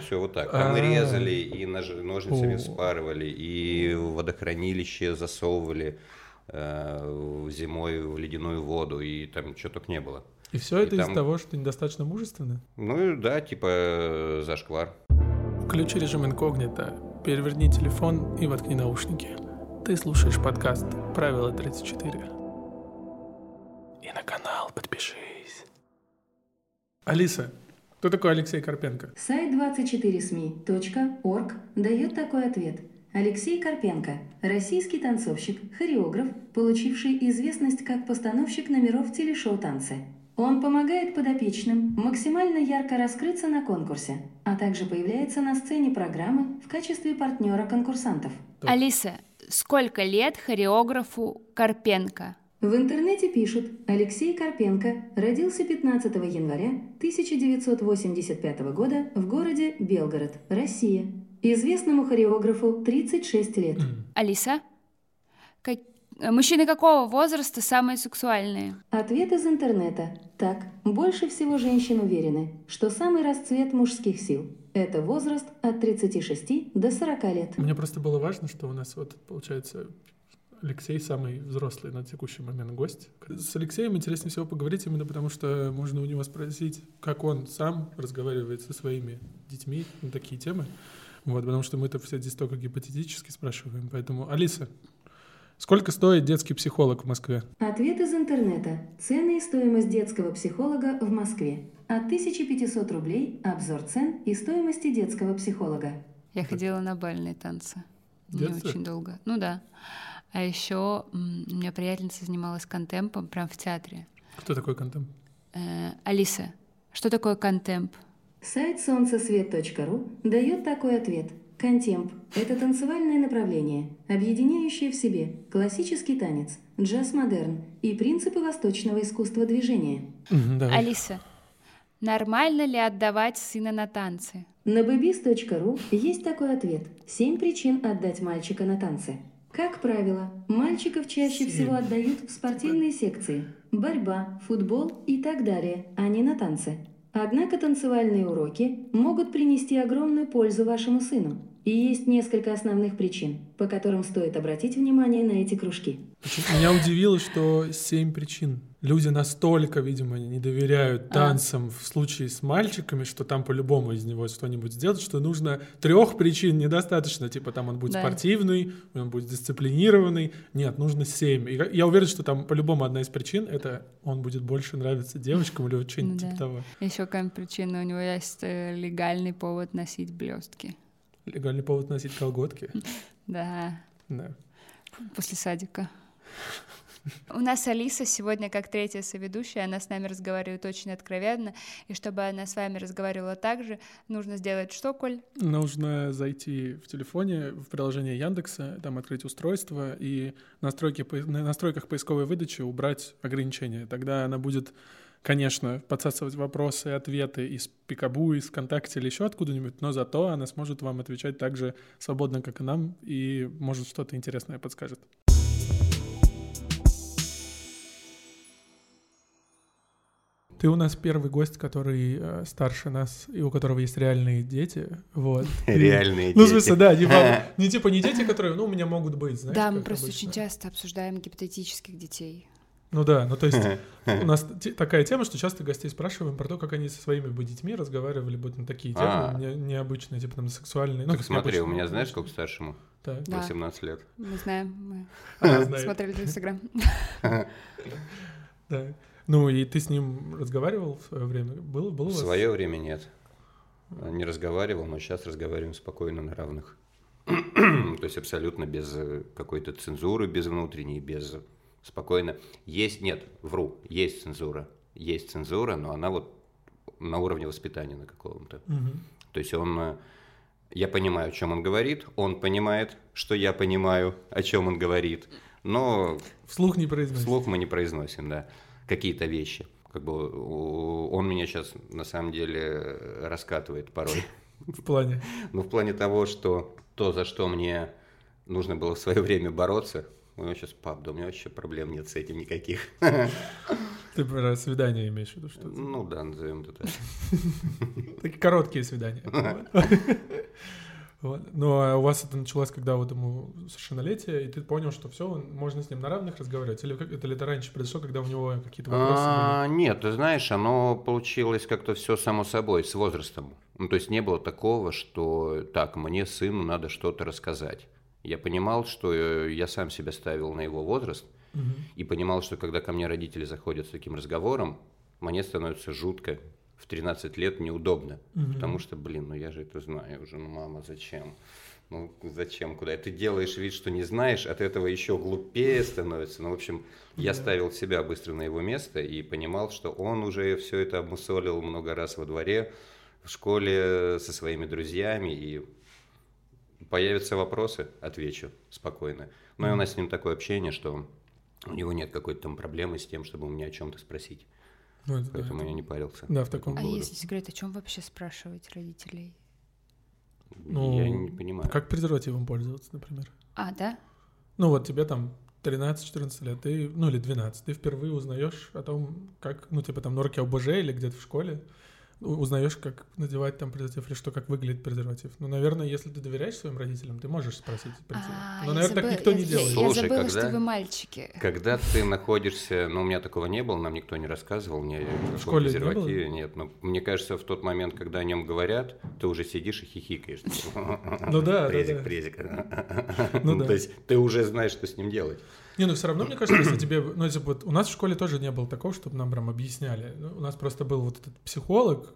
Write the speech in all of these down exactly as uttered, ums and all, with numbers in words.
все вот так. Там и резали, и нож- ножницами вспарывали, и в водохранилище засовывали э, зимой в ледяную воду, и там что только не было. И все это из-за того, что недостаточно мужественно? Ну да, типа зашквар. Включи режим инкогнито, переверни телефон и воткни наушники. Ты слушаешь подкаст «Правило тридцать четыре». И на канал подпишись. Алиса, кто такой Алексей Карпенко? Сайт двадцать четыре эс эм и точка орг дает такой ответ. Алексей Карпенко – российский танцовщик, хореограф, получивший известность как постановщик номеров телешоу «Танцы». Он помогает подопечным максимально ярко раскрыться на конкурсе, а также появляется на сцене программы в качестве партнера конкурсантов. Алиса, сколько лет хореографу Карпенко? В интернете пишут: Алексей Карпенко родился пятнадцатого января тысяча девятьсот восемьдесят пятого года в городе Белгород, Россия. Известному хореографу тридцать шесть лет. Алиса, как... мужчины какого возраста самые сексуальные? Ответ из интернета. Так, больше всего женщин уверены, что самый расцвет мужских сил – это возраст от тридцати шести до сорока лет. Мне просто было важно, что у нас вот получается... Алексей самый взрослый на текущий момент гость. С Алексеем интереснее всего поговорить именно потому, что можно у него спросить, как он сам разговаривает со своими детьми на такие темы. Вот, потому что мы-то все здесь только гипотетически спрашиваем. Поэтому, Алиса, сколько стоит детский психолог в Москве? Ответ из интернета. Цены и стоимость детского психолога в Москве. От тысячи пятисот рублей обзор цен и стоимости детского психолога. Я ходила на бальные танцы. Не Детство? очень долго. Ну да. А еще у меня приятельница занималась контемпом прямо в театре. Кто такой контемп? Э, Алиса, что такое контемп? Сайт солнцесвет точка ру дает такой ответ. Контемп – это танцевальное направление, объединяющее в себе классический танец, джаз-модерн и принципы восточного искусства движения. Давай. Алиса, нормально ли отдавать сына на танцы? На бэбис точка ру есть такой ответ. Семь причин отдать мальчика на танцы. Как правило, мальчиков чаще Семь. всего отдают в спортивные секции – борьба, футбол и так далее, а не на танцы. Однако танцевальные уроки могут принести огромную пользу вашему сыну. И есть несколько основных причин, по которым стоит обратить внимание на эти кружки. Меня удивило, что семь причин. Люди настолько, видимо, не доверяют танцам в случае с мальчиками, что там по-любому из него что-нибудь сделать, что нужно трех причин недостаточно. Типа там он будет Да. спортивный, он будет дисциплинированный. Нет, нужно семь. И я уверен, что там по-любому одна из причин — это он будет больше нравиться девочкам или вот что-нибудь Ну да. типа того. Еще какая причина? У него есть э, легальный повод носить блестки. Легальный повод носить колготки. Да, Да. после садика. У нас Алиса сегодня как третья соведущая, она с нами разговаривает очень откровенно, и чтобы она с вами разговаривала так же, нужно сделать что, Коль? Нужно зайти в телефоне, в приложение Яндекса, там открыть устройство и настройки, на настройках поисковой выдачи убрать ограничения. Тогда она будет, конечно, подсасывать вопросы, ответы из Пикабу, из ВКонтакте или еще откуда-нибудь, но зато она сможет вам отвечать так же свободно, как и нам, и, может, что-то интересное подскажет. Ты у нас первый гость, который э, старше нас, и у которого есть реальные дети. Вот. Реальные Ну, в дети. смысле, да, не, мало- не типа не дети, которые, ну, у меня могут быть, знаешь, Да, мы как просто обычно. очень часто обсуждаем гипотетических детей. Ну да, ну то есть у нас те- такая тема, что часто гостей спрашиваем про то, как они со своими бы детьми разговаривали бы на такие темы, А. не- необычные, типа там на сексуальные. Ну, Так как смотри, у необычные. меня знаешь, сколько старшему? Так. Да. восемнадцать лет. Мы знаем, мы Она знает. смотрели твой инстаграм. Да. Ну и ты с ним разговаривал в свое время? Было, было у В вас? свое время нет. Не разговаривал, но сейчас разговариваем спокойно на равных. То есть абсолютно без э, какой-то цензуры, без внутренней, без спокойно. Есть, нет, вру, есть цензура. Есть цензура, но она вот на уровне воспитания на каком-то. Мгм. То есть он... э, Я понимаю, о чем он говорит, он понимает, что я понимаю, о чем он говорит, но Вслух не произносит. вслух мы не произносим, да, какие-то вещи. Как бы о, он меня сейчас на самом деле раскатывает порой. В плане. Ну, в плане того, что то, за что мне нужно было в свое время бороться, у него сейчас, пап, да у меня вообще проблем нет с этим никаких. Ты про свидание имеешь в виду, что? Ну да, назовем это так. Такие короткие свидания. Вот. Ну, а у вас это началось, когда вот ему совершеннолетие, и ты понял, что все, можно с ним на равных разговаривать? Или как, это ли это раньше произошло, когда у него какие-то вопросы А, были? Нет, ты знаешь, оно получилось как-то все само собой, с возрастом. Ну, то есть не было такого, что так, мне, сыну, надо что-то рассказать. Я понимал, что я сам себя ставил на его возраст, Угу. и понимал, что когда ко мне родители заходят с таким разговором, мне становится жутко. В тринадцать лет неудобно, Мгм. потому что, блин, ну я же это знаю уже, ну мама, зачем? Ну зачем, куда? Ты делаешь вид, что не знаешь, от этого еще глупее становится. Ну, в общем, я Да. ставил себя быстро на его место и понимал, что он уже все это обмусолил много раз во дворе, в школе, со своими друзьями, и появятся вопросы, отвечу спокойно. Ну и у нас с ним такое общение, что у него нет какой-то там проблемы с тем, чтобы у меня о чем-то спросить. Ну, это да, Поэтому это- я не парился. Да, в таком А поводу. если секрет, о чем вообще спрашивать родителей? Ну, Я не понимаю. Как презервативом пользоваться, например? А, да? Ну, вот тебе там тринадцать-четырнадцать лет, ты, ну, или двенадцать, ты впервые узнаешь о том, как, ну, типа там на уроке ОБЖ или где-то в школе, у- узнаешь, как надевать там презерватив или что, как выглядит презерватив. Ну, наверное, если ты доверяешь своим родителям, ты можешь спросить. прийти. А, Но, я наверное, так забыла- никто я- не я- делает. Я Слушай, забыла, когда- что вы мальчики. Когда ты находишься, ну, у меня такого не было, нам никто не рассказывал, мне В школе не было? презервативе нет. Но мне кажется, в тот момент, когда о нем говорят, ты уже сидишь и хихикаешь. Ну да, да, презик, да. презик. Ну Ну, да. то есть ты уже знаешь, что с ним делать. Не, ну все равно, мне кажется, если тебе... Ну, если бы вот у нас в школе тоже не было такого, чтобы нам прям объясняли. Ну, у нас просто был вот этот психолог,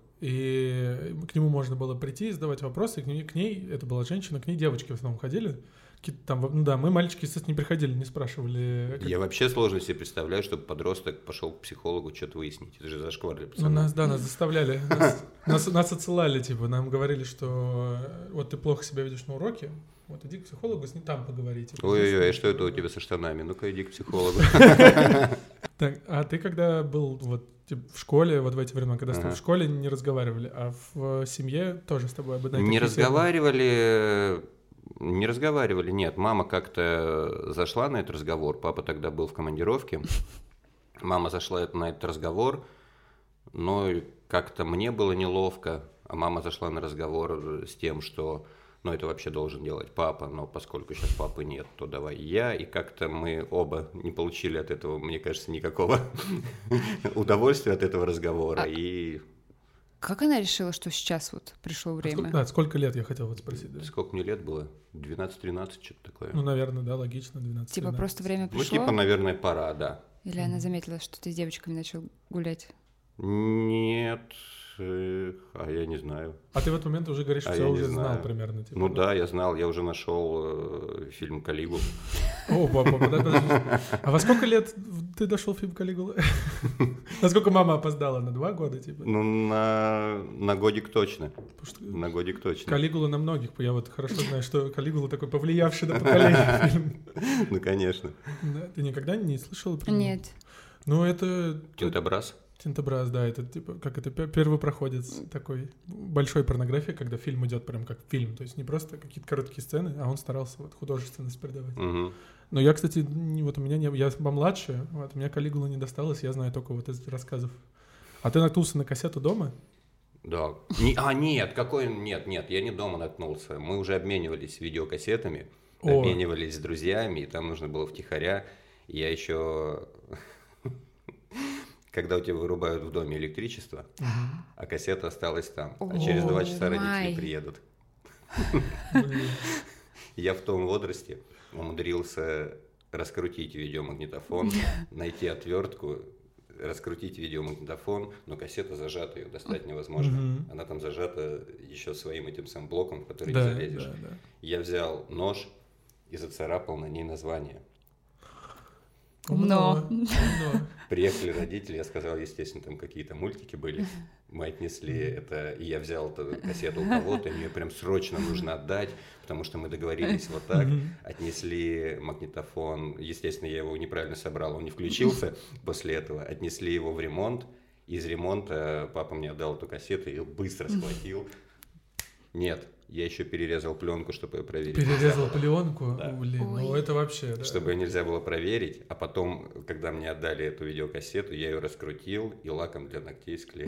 и к нему можно было прийти и задавать вопросы. И к ней, к ней, это была женщина, к ней девочки в основном ходили. Какие-то там, ну да, мы, мальчики, естественно, не приходили, не спрашивали. как- Я вообще сложно себе представляю, чтобы подросток пошел к психологу что-то выяснить. Это же зашквар для Ну, пацана. нас, да, нас заставляли, нас, нас, нас отсылали, типа, нам говорили, что э, вот ты плохо себя ведешь на уроке, вот иди к психологу, с ним там поговори. типа, Ой-ой-ой, здесь- а что это у тебя со штанами? Ну-ка иди к психологу. Так, а ты когда был вот типа, в школе, вот в эти времена, когда с тобой Ага. в школе не разговаривали, а в э, семье тоже с тобой об этом Не разговаривали, не разговаривали, нет. Мама как-то зашла на этот разговор, папа тогда был в командировке. Мама зашла на этот разговор, но как-то мне было неловко, а мама зашла на разговор с тем, что ну, это вообще должен делать папа, но поскольку сейчас папы нет, то давай я. И как-то мы оба не получили от этого, мне кажется, никакого удовольствия от этого разговора. А- И Как она решила, что сейчас вот пришло Сколько, время? да, сколько лет я хотел вот спросить, да? сколько мне лет было? двенадцать-тринадцать, что-то такое. Ну, наверное, да, логично, двенадцать. Типа просто время Ну, пришло? типа, наверное, пора, да. Или она заметила, что ты с девочками начал гулять? Нет, э, а я не знаю. А ты в этот момент уже говоришь, А все я не уже знал знаю. примерно. Типа, Ну да, я знал, я уже нашел э, фильм «Калигул». О, папа, подожди. А во сколько лет ты дошел в фильм «Калигула»? Насколько мама опоздала? На два года, типа? Ну, на, на годик точно. Потому что На годик точно. «Калигула» на многих. Я вот хорошо знаю, что «Калигула» такой повлиявший на поколение фильм. Ну, конечно. Да, ты никогда не слышала про него? Нет. Ну, это... Тинтобраз. Тинтобраз, да, это типа, как это, пе- первый проходец такой большой порнографии, когда фильм идет прям как фильм, то есть не просто какие-то короткие сцены, а он старался вот художественность передавать. Мгм. Но я, кстати, не- вот у меня не, я помладше, вот у меня «Калигула» не досталось, я знаю только вот из рассказов. А ты наткнулся на кассету дома? Да. Не- а, нет, какой... Нет, нет, я не дома наткнулся. Мы уже обменивались видеокассетами, О. обменивались с друзьями, и там нужно было втихаря. Я еще... Когда у тебя вырубают в доме электричество, а кассета осталась там, а через два часа О, родители май. приедут. Блин. Я в том возрасте умудрился раскрутить видеомагнитофон, найти отвертку, раскрутить видеомагнитофон, но кассета зажата, ее достать невозможно. Мгм. Она там зажата еще своим этим самым блоком, в который Да, не залезешь. да, да. Я взял нож и зацарапал на ней название. Умно. Умно. Приехали родители, я сказал, естественно, там какие-то мультики были. Мы отнесли это, и я взял эту кассету у кого-то, мне прям срочно нужно отдать, потому что мы договорились вот так. Мгм. Отнесли магнитофон, естественно, я его неправильно собрал, он не включился после этого. Отнесли его в ремонт, из ремонта папа мне отдал эту кассету и быстро схватил. Нет, я еще перерезал пленку, чтобы ее проверить. Перерезал пленку? Да. Блин, Ой. ну это вообще, да. Чтобы ее нельзя было проверить, а потом, когда мне отдали эту видеокассету, я ее раскрутил и лаком для ногтей склеил.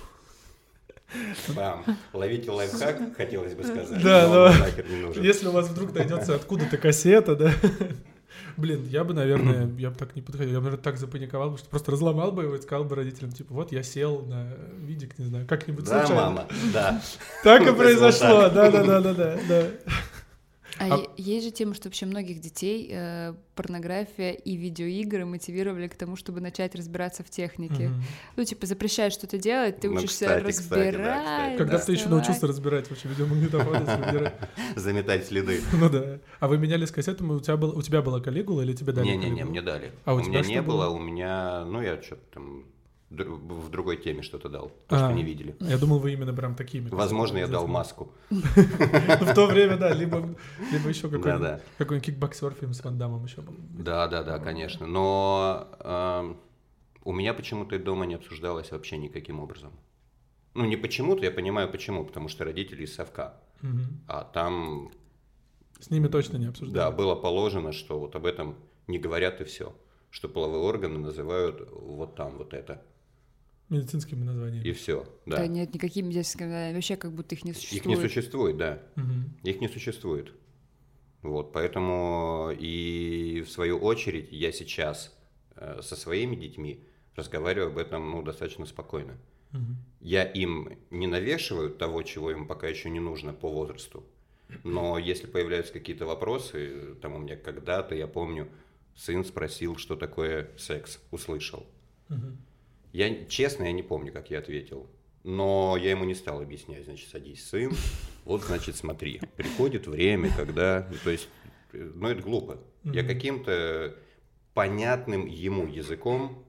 Бам! Ловите лайфхак, хотелось бы сказать. Да, но но он нахер не нужен. если у вас вдруг найдется откуда-то кассета, да, блин, я бы, наверное, я бы так не подходил, я бы, наверное, так запаниковал, потому что просто разломал бы его и сказал бы родителям, типа, вот я сел на видик, не знаю, как-нибудь Да, случайно. мама, да. Так и Ну, то есть вот произошло, так. да-да-да-да-да. А, А- е- есть же тема, что вообще многих детей э, порнография и видеоигры мотивировали к тому, чтобы начать разбираться в технике. Мгм. Ну, типа, запрещают что-то делать, ты Ну, учишься кстати, кстати, да, разбирать. кстати, Когда да. ты еще доставать. научился разбирать вообще видеомагнитофон, если выбирать. Заметать следы. Ну да. А вы меняли с кассетами, у тебя, был, у тебя была Калигула или тебе дали Не-не-не, Калигулу? мне дали. А у у тебя меня что не было? было, у меня, ну, я что-то там др- в другой теме что-то дал, то, что А, не видели. Я думал, вы именно прям такими. Возможно, я дал кассетами. маску. В то время, да, либо, либо еще какой-нибудь, Да-да. какой-нибудь кикбоксер фильм с Ван Даммом еще был. Да, да, да, конечно. Но эм, у меня почему-то и дома не обсуждалось вообще никаким образом. Ну, не почему-то, я понимаю почему, потому что родители из совка. Мгм. А там, С ними точно не да, обсуждали. было положено, что вот об этом не говорят и все. Что половые органы называют вот там, вот это. Медицинскими названиями. И все, Да. да. нет никакими медицинскими, вообще как будто их не существует. Их не существует, да. Мгм. Их не существует. Вот, поэтому и в свою очередь я сейчас э, со своими детьми разговариваю об этом, ну, достаточно спокойно. Мгм. Я им не навешиваю того, чего им пока еще не нужно по возрасту. Но если появляются какие-то вопросы, там у меня когда-то, я помню, сын спросил, что такое секс, услышал. Мгм. Я, честно, я не помню, как я ответил. Но я ему не стал объяснять, значит, садись, сын, вот, значит, смотри, приходит время, когда, то есть, э, ну, это глупо. Я Мгм. каким-то понятным ему языком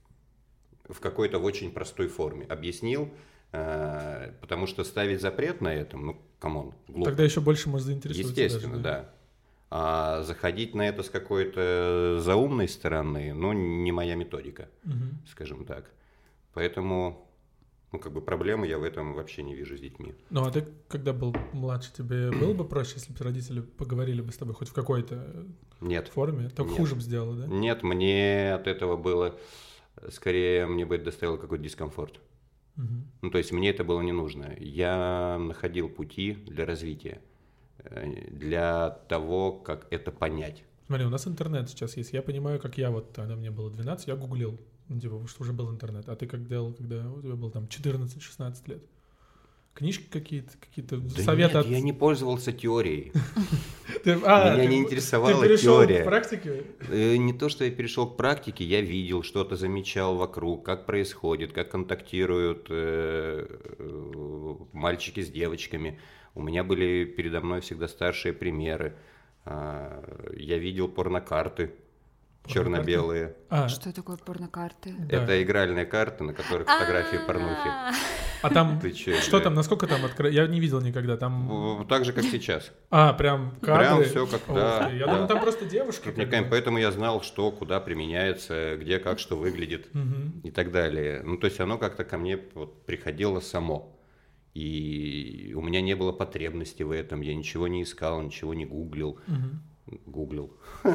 в какой-то в очень простой форме объяснил, э, потому что ставить запрет на этом, ну, камон, глупо. Тогда еще больше может заинтересоваться. Естественно, даже, да. А заходить на это с какой-то заумной стороны, ну, не моя методика, Мгм. скажем так. Поэтому, ну, как бы проблемы я в этом вообще не вижу с детьми. Ну, а ты, когда был младше, тебе было бы проще, если бы родители поговорили бы с тобой хоть в какой-то Нет. форме? Только Нет. хуже бы сделало, да? Нет, мне от этого было, скорее, мне бы это доставило какой-то дискомфорт. Мгм. Ну, то есть мне это было не нужно. Я находил пути для развития, э, для того, как это понять. Смотри, у нас интернет сейчас есть. Я понимаю, как я вот, когда мне было двенадцать, я гуглил, ну, типа, что уже был интернет. А ты как делал, когда у тебя было там четырнадцать-шестнадцать лет? Книжки какие-то, какие-то Да советы нет, от... я не пользовался теорией. Ты- а, Меня ты- не Ты интересовала перешел теория. к практике? Э, Не то, что я перешел к практике, я видел, что-то замечал вокруг, как происходит, как контактируют э, э, мальчики с девочками. У меня были передо мной всегда старшие примеры. А, Я видел порнокарты черно-белые. А, Что такое порнокарты? да. Это игральные карты, на которых фотографии порнухи. А там, Ты чё, что да? там, насколько там открыто? Я не видел никогда, там... В- Так же, как сейчас. А, прям кадры? Прям всё как- Ух да, ты, Я да. думал, там просто девушки. как Крупниками. бы. Поэтому я знал, что, куда применяется, где, как, что выглядит. Мгм. И так далее. Ну, то есть оно как-то ко мне вот приходило само. И у меня не было потребности в этом. Я ничего не искал, ничего не гуглил. Мгм. Гуглил.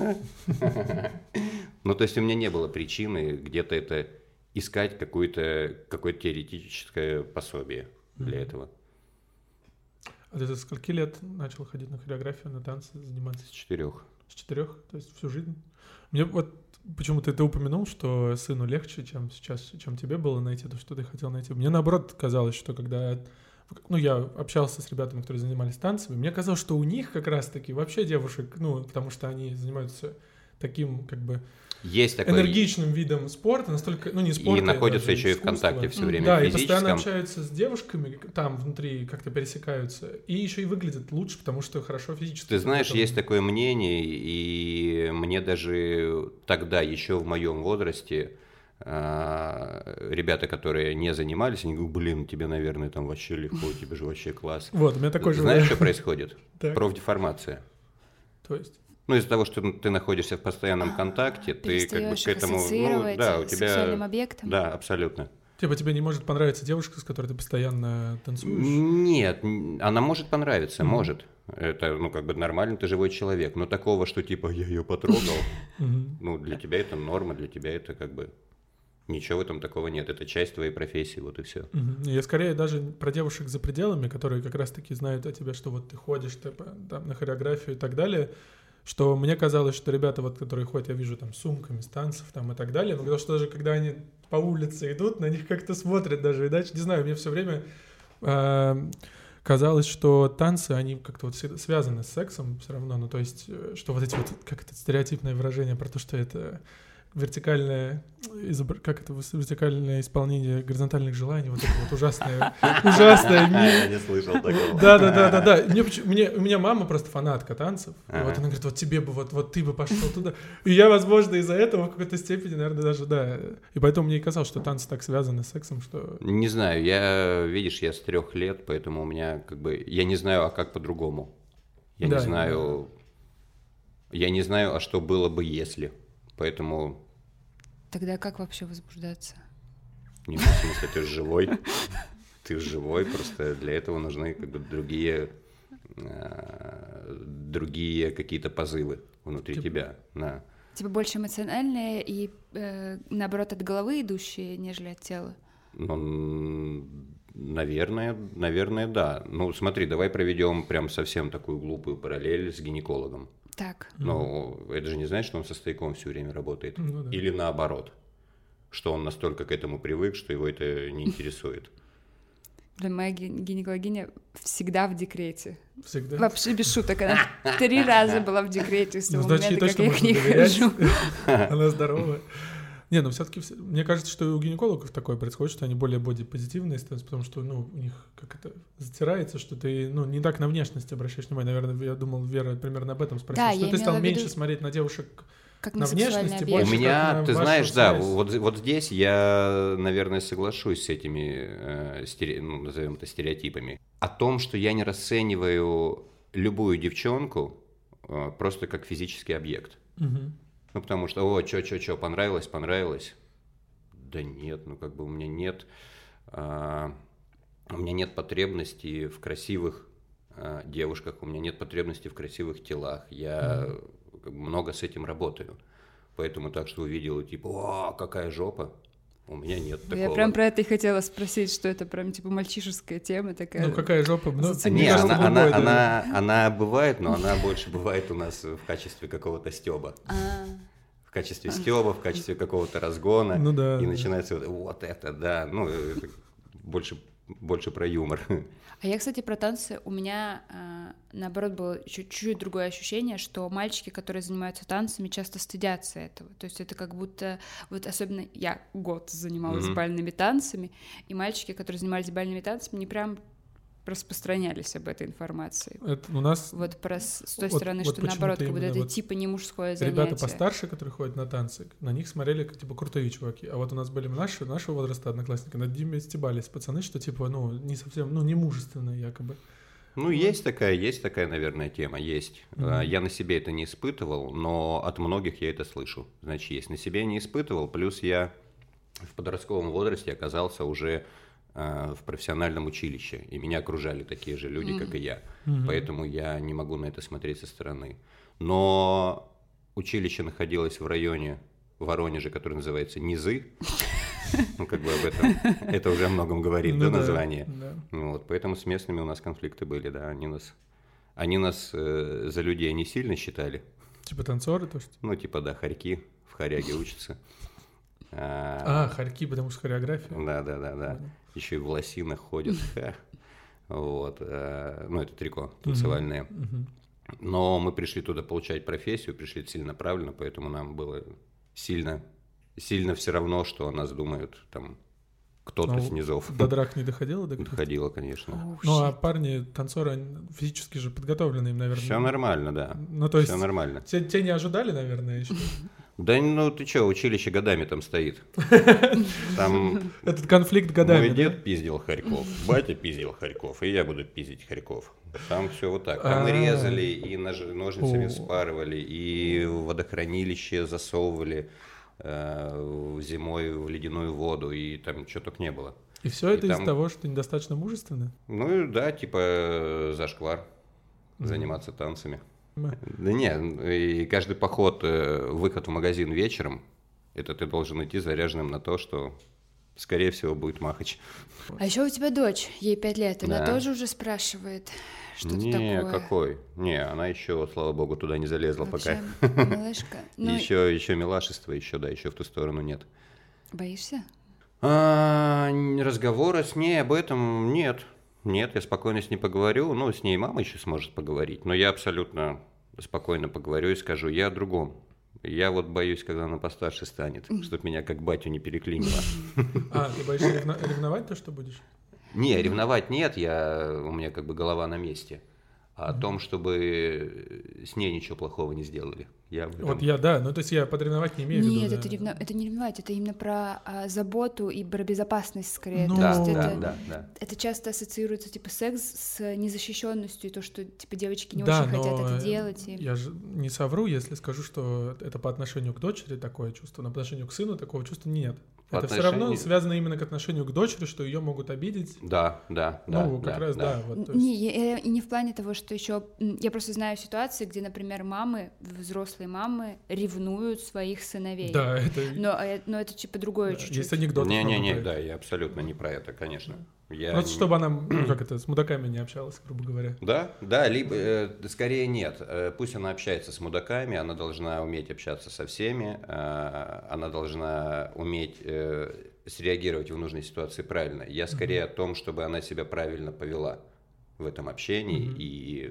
Ну, то есть у меня не было причины где-то это искать какое-то какое-то теоретическое пособие для этого. А ты со скольки лет начал ходить на хореографию, на танцы, заниматься? С четырех. С четырех? То есть всю жизнь? Мне вот почему-то ты упомянул, что сыну легче, чем сейчас, чем тебе было найти то, что ты хотел найти. Мне наоборот казалось, что когда... Ну, я общался с ребятами, которые занимались танцами, мне казалось, что у них как раз-таки вообще девушек, ну, потому что они занимаются таким, как бы, Есть такой... энергичным видом спорта, настолько, ну, не спорта, И находятся даже еще и в искусства. контакте все М, время Да, в и постоянно физическом. общаются с девушками, там внутри как-то пересекаются, и еще и выглядят лучше, потому что хорошо физически. Ты знаешь, Поэтому- есть такое мнение, и мне даже тогда, еще в моем возрасте, а, ребята, которые не занимались, они говорят, блин, тебе, наверное, там вообще легко, тебе же вообще класс. Вот, у меня такой же... Знаешь, вариант. что происходит? Так. Профдеформация. То есть... Ну, из-за того, что ты находишься в постоянном контакте, ты как бы Перестаешь к их этому... Ну, ассоциировать да, у с сексуальным тебя... объектом? Да, абсолютно. Типа тебе не может понравиться девушка, с которой ты постоянно танцуешь? Нет, она может понравиться, Мгм. может. Это, ну, как бы нормально, ты живой человек. Но такого, что типа я ее потрогал, Мгм. ну, для тебя это норма, для тебя это как бы ничего в этом такого нет. Это часть твоей профессии, вот и все. Мгм. Я скорее даже про девушек за пределами, которые как раз-таки знают о тебе, что вот ты ходишь типа, там, на хореографию и так далее, что мне казалось, что ребята, вот, которые ходят, я вижу там с сумками, с танцев там, и так далее, но потому что даже когда они по улице идут, на них как-то смотрят даже, иначе, не знаю, мне все время э, казалось, что танцы, они как-то вот всегда связаны с сексом все равно, ну то есть, э, что вот эти вот, как это стереотипное выражение про то, что это вертикальное, изобр- как это, выс- вертикальное исполнение горизонтальных желаний, вот это вот ужасное, ужасное ми- Не слышал такого. да, да, да, да, да. Мне, поч- мне- у меня мама просто фанатка танцев. И Ага. вот она говорит, вот тебе бы, вот, вот ты бы пошел туда. И я, возможно, из-за этого в какой-то степени, наверное, даже, да. И поэтому мне и казалось, что танцы так связаны с сексом, что... Не знаю, я, видишь, я с трех лет, поэтому у меня как бы, я не знаю, а как по-другому. Я Да, не знаю, я не знаю, а что было бы, если. Поэтому, Тогда как вообще возбуждаться? не в смысле, ты живой, ты живой, просто для этого нужны как бы другие, э, другие какие-то позывы внутри Типа- тебя. Да. Типа больше эмоциональные и, э, наоборот, от головы идущие, нежели от тела? Ну, м, наверное, наверное, да. Ну, смотри, давай проведем прям совсем такую глупую параллель с гинекологом. Так. Но это же не значит, что он со стояком все время работает. Ну да. Или наоборот, что он настолько к этому привык, что его это не интересует. Блин, моя ги- гинекологиня всегда в декрете. Всегда. Вообще без шуток. Она три раза была в декрете с Ну, того значит, ей момента, как точно я к можно ней доверять. хожу. Она здорова. Не, ну все-таки, мне кажется, что и у гинекологов такое происходит, что они более бодипозитивные становятся, потому что, ну, у них как это затирается, что ты, ну, не так на внешность обращаешь внимание. Наверное, я думал, Вера примерно об этом спросила, Да, что я ты стал имела в виду- меньше смотреть на девушек. Как На на сексуальный внешности объект. У больше как меня, на ты вашу знаешь, да, связь. вот, вот здесь я, наверное, соглашусь с этими, э, стере- ну, назовем это стереотипами. О том, что я не расцениваю любую девчонку э, просто как физический объект. Мгм. Ну, потому что, о, чё-чё-чё, понравилось, понравилось. Да нет, ну, как бы у меня нет, а, у меня нет потребности в красивых а, девушках, у меня нет потребности в красивых телах. Я как бы много с этим работаю. Поэтому так, что увидела, типа, о, какая жопа, у меня нет такого. Я прям про это и хотела спросить, что это прям типа мальчишеская тема такая. Ну, какая жопа. Ну, Зацени- мне Не, кажется, она, другое, она, да. она, она бывает, но она больше бывает у нас в качестве какого-то стёба. А, В качестве стёба, в качестве какого-то разгона. Ну да, И да. начинается вот, вот это, да. Ну, это больше, больше про юмор. А я, кстати, про танцы, у меня, а, наоборот, было чуть-чуть другое ощущение, что мальчики, которые занимаются танцами, часто стыдятся этого. То есть это как будто, вот особенно я год занималась Мгм. бальными танцами, и мальчики, которые занимались бальными танцами, не прям распространялись об этой информации. Это у нас Вот про с, с той Вот- стороны, вот что почему-то наоборот, как будто именно это вот типа не мужское занятие. ребята постарше, которые ходят на танцы, на них смотрели как, типа, крутые чуваки. А вот у нас были наши, нашего возраста одноклассники, над ними стебались пацаны, что, типа, ну, не совсем, ну, не мужественные якобы. Ну, есть такая, есть такая, наверное, тема, есть. Мгм. А, Я на себе это не испытывал, но от многих я это слышу. Значит, есть. На себе не испытывал, плюс я в подростковом возрасте оказался уже а, в профессиональном училище, и меня окружали такие же люди, как и я. Мгм. Поэтому я не могу на это смотреть со стороны. Но училище находилось в районе Воронежа, который называется Низы. Ну, как бы об этом. Это уже о многом говорит, Ну да, название. да. Ну вот, поэтому с местными у нас конфликты были, да. Они нас, они нас э, за людей не сильно считали. Типа танцоры, то, что... Ну, типа, да, хорьки в хоряге учатся. А, хорьки, потому что хореография. Да, да, да, да. Еще и в лосинах ходят. Ха. Вот. э, Ну, это трико танцевальное. Мгм. Но мы пришли туда получать профессию, пришли целенаправленно, поэтому нам было сильно, сильно все равно, что о нас думают там кто-то Ну, с низов. До драк не доходило? До каких-то? Доходило, конечно. Оу, Ну, а щит. парни, танцоры, они физически же подготовлены им, наверное. Все нормально, да. Ну, то есть, Все нормально. те, те не ожидали, наверное, еще? Да ну ты что, училище годами там стоит. Там Этот конфликт годами, мой да? дед пиздил хорьков, батя пиздил хорьков, и я буду пиздить хорьков. Там все вот так. Там и А. резали, и нож- ножницами О. вспарывали, и в водохранилище засовывали. э, зимой в ледяную воду, и там чего только не было. И все это и из-за там... того, что ты недостаточно мужественный? Ну да, типа зашквар, mm-hmm. заниматься танцами. Mm-hmm. Да нет, и каждый поход, выход в магазин вечером, это ты должен идти заряженным на то, что, скорее всего, будет махач. А еще у тебя дочь, ей пять лет, она да. тоже уже спрашивает, что не, такое? Не, какой? Не, она еще, слава богу, туда не залезла вообще, пока. Малышка. Ну... Еще, еще милашество, еще, да, еще в ту сторону нет. Боишься? А, разговора с ней об этом нет. Нет, я спокойно с ней поговорю. Ну, с ней мама еще сможет поговорить. Но я абсолютно спокойно поговорю и скажу, я о другом. Я вот боюсь, когда она постарше станет, чтобы меня как батю не переклинило. А, ты боишься ревно- ревновать то, что будешь? Не, ревновать нет, я, у меня как бы голова на месте. А mm-hmm. о том, чтобы с ней ничего плохого не сделали. Я этом... Вот я, да, ну то есть я подревновать не имею в виду. Нет, да. это, ревно... это не ревновать, это именно про а, заботу и про безопасность скорее. Ну, то да, есть да, это, да, да. это часто ассоциируется типа секс с незащищенностью, и то, что типа девочки не да, очень хотят это но делать. И... Я же не совру, если скажу, что это по отношению к дочери такое чувство, но по отношению к сыну такого чувства нет. По это отношению... все равно связано именно к отношению к дочери, что ее могут обидеть. Да, да, да. Ну, как да, раз, да. да. Вот, есть... Не, я, и не в плане того, что еще... Я просто знаю ситуации, где, например, мамы, взрослые мамы ревнуют своих сыновей. Да, это... Но, но это типа другое да, чуть-чуть. Есть анекдот. Не-не-не, да, я абсолютно не про это, конечно. Я Просто не... чтобы она, ну, как это, с мудаками не общалась, грубо говоря. Да, да, либо, э, скорее нет. Э, пусть она общается с мудаками, она должна уметь общаться со всеми, э, она должна уметь э, среагировать в нужной ситуации правильно. Я скорее mm-hmm. о том, чтобы она себя правильно повела в этом общении, mm-hmm. и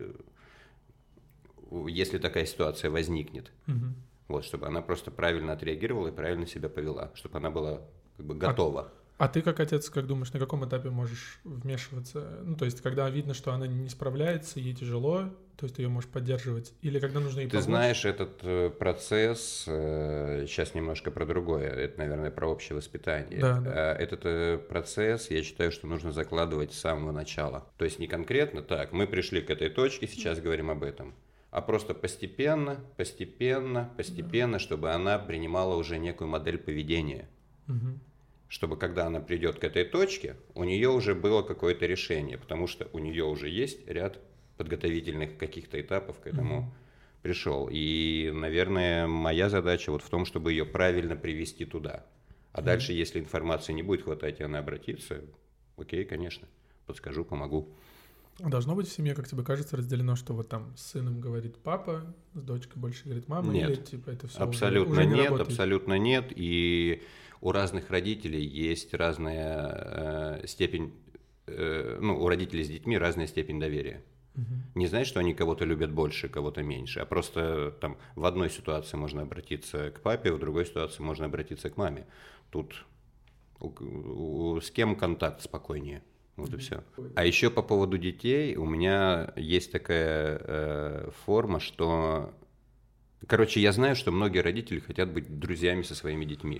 если такая ситуация возникнет, mm-hmm. вот, чтобы она просто правильно отреагировала и правильно себя повела, чтобы она была как бы готова. А... А ты как отец, как думаешь, на каком этапе можешь вмешиваться? Ну, то есть, когда видно, что она не справляется, ей тяжело, то есть ты ее можешь поддерживать, или когда нужно ей Ты помочь? знаешь, этот процесс, сейчас немножко про другое, это, наверное, про общее воспитание. Да, да. Этот процесс, я считаю, что нужно закладывать с самого начала. То есть не конкретно так, мы пришли к этой точке, сейчас говорим об этом, а просто постепенно, постепенно, постепенно, да. чтобы она принимала уже некую модель поведения. Угу. Чтобы когда она придет к этой точке, у нее уже было какое-то решение, потому что у нее уже есть ряд подготовительных каких-то этапов к этому mm-hmm. пришел. И, наверное, моя задача вот в том, чтобы ее правильно привести туда. А mm-hmm. дальше, если информации не будет хватать, и она обратится, окей, конечно, подскажу, помогу. Должно быть в семье, как тебе кажется, разделено, что вот там с сыном говорит папа, с дочкой больше говорит мама? Нет, или, типа, это все абсолютно уже, уже не нет, работает? абсолютно нет. И у разных родителей есть разная э, степень, э, ну, у родителей с детьми разная степень доверия. Угу. Не значит, что они кого-то любят больше, кого-то меньше, а просто там в одной ситуации можно обратиться к папе, в другой ситуации можно обратиться к маме. Тут у, у, с кем контакт спокойнее. Вот и все. А еще по поводу детей у меня есть такая э, форма, что... Короче, я знаю, что многие родители хотят быть друзьями со своими детьми.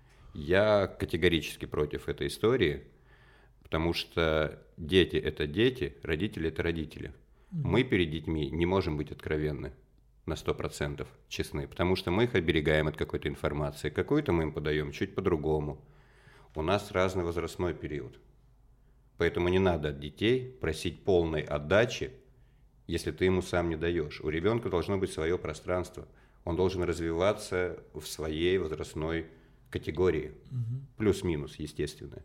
Я категорически против этой истории, потому что дети – это дети, родители – это родители. Mm-hmm. Мы перед детьми не можем быть откровенны на сто процентов честны, потому что мы их оберегаем от какой-то информации. Какую-то мы им подаем чуть по-другому. У нас разный возрастной период. Поэтому не надо от детей просить полной отдачи, если ты ему сам не даешь. У ребенка должно быть свое пространство. Он должен развиваться в своей возрастной категории. Угу. Плюс-минус, естественно.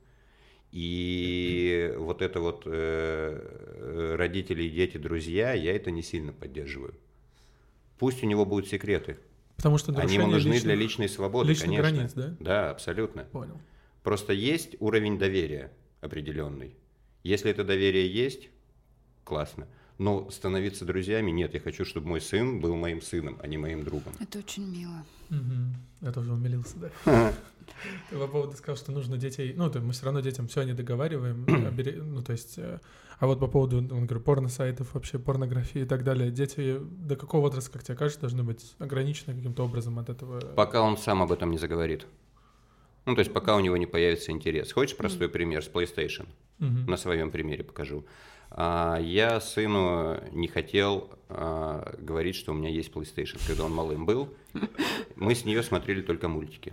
И вот это вот э, родители и дети, друзья, я это не сильно поддерживаю. Пусть у него будут секреты. Потому что они ему нужны личных, для личной свободы, личных конечно. границ, да? Да, абсолютно. Понял. Просто есть уровень доверия определенный. Если это доверие есть, классно. Но становиться друзьями нет. Я хочу, чтобы мой сын был моим сыном, а не моим другом. Это очень мило. Угу. Я тоже умилился, да. Ты по поводу сказал, что нужно детей... Ну, мы все равно детям все не договариваем. Ну, то есть... А вот по поводу, он говорит, порно-сайтов, вообще порнографии и так далее. Дети до какого возраста, как тебе кажется, должны быть ограничены каким-то образом от этого? Пока он сам об этом не заговорит. Ну, то есть пока у него не появится интерес. Хочешь простой пример с PlayStation? Uh-huh. На своем примере покажу. А я сыну не хотел а, говорить, что у меня есть PlayStation, когда он малым был. Мы с нее смотрели только мультики.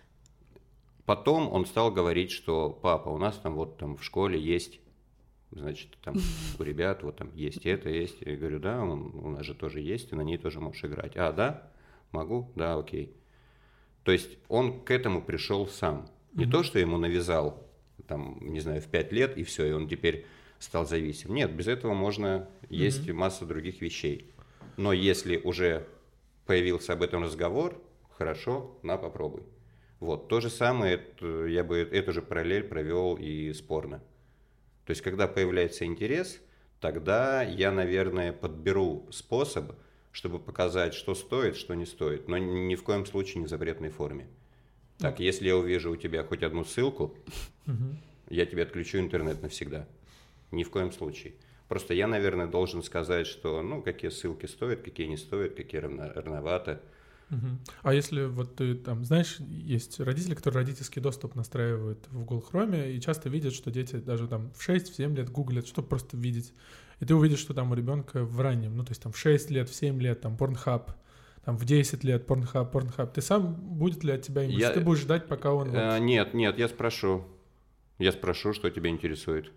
Потом он стал говорить, что папа, у нас там вот там в школе есть, значит, там у ребят вот там есть это, есть. Я говорю, да, он, у нас же тоже есть, и на ней тоже можешь играть. А, да? Могу? Да, окей. То есть он к этому пришел сам. Не mm-hmm. то, что ему навязал, там, не знаю, в пять лет, и все, и он теперь стал зависим. Нет, без этого можно, есть mm-hmm. масса других вещей. Но если уже появился об этом разговор, хорошо, на, попробуй. Вот, то же самое, это, я бы эту же параллель провел и с порно. То есть, когда появляется интерес, тогда я, наверное, подберу способ, чтобы показать, что стоит, что не стоит, но ни в коем случае не в запретной форме. Так, okay. если я увижу у тебя хоть одну ссылку, uh-huh. я тебе отключу интернет навсегда. Ни в коем случае. Просто я, наверное, должен сказать, что, ну, какие ссылки стоят, какие не стоят, какие равно, равновато. Uh-huh. А если вот ты там, знаешь, есть родители, которые родительский доступ настраивают в Google Chrome и часто видят, что дети даже там в шесть-семь лет гуглят, чтобы просто видеть. И ты увидишь, что там у ребенка в раннем, ну, то есть там в шесть лет, в семь лет, там, Pornhub, там, в десять лет, Pornhub, Pornhub. Ты сам, будет ли от тебя импульс? Я... Ты будешь ждать, пока он... А, вот... Нет, нет, я спрошу. Я спрошу, что тебя интересует.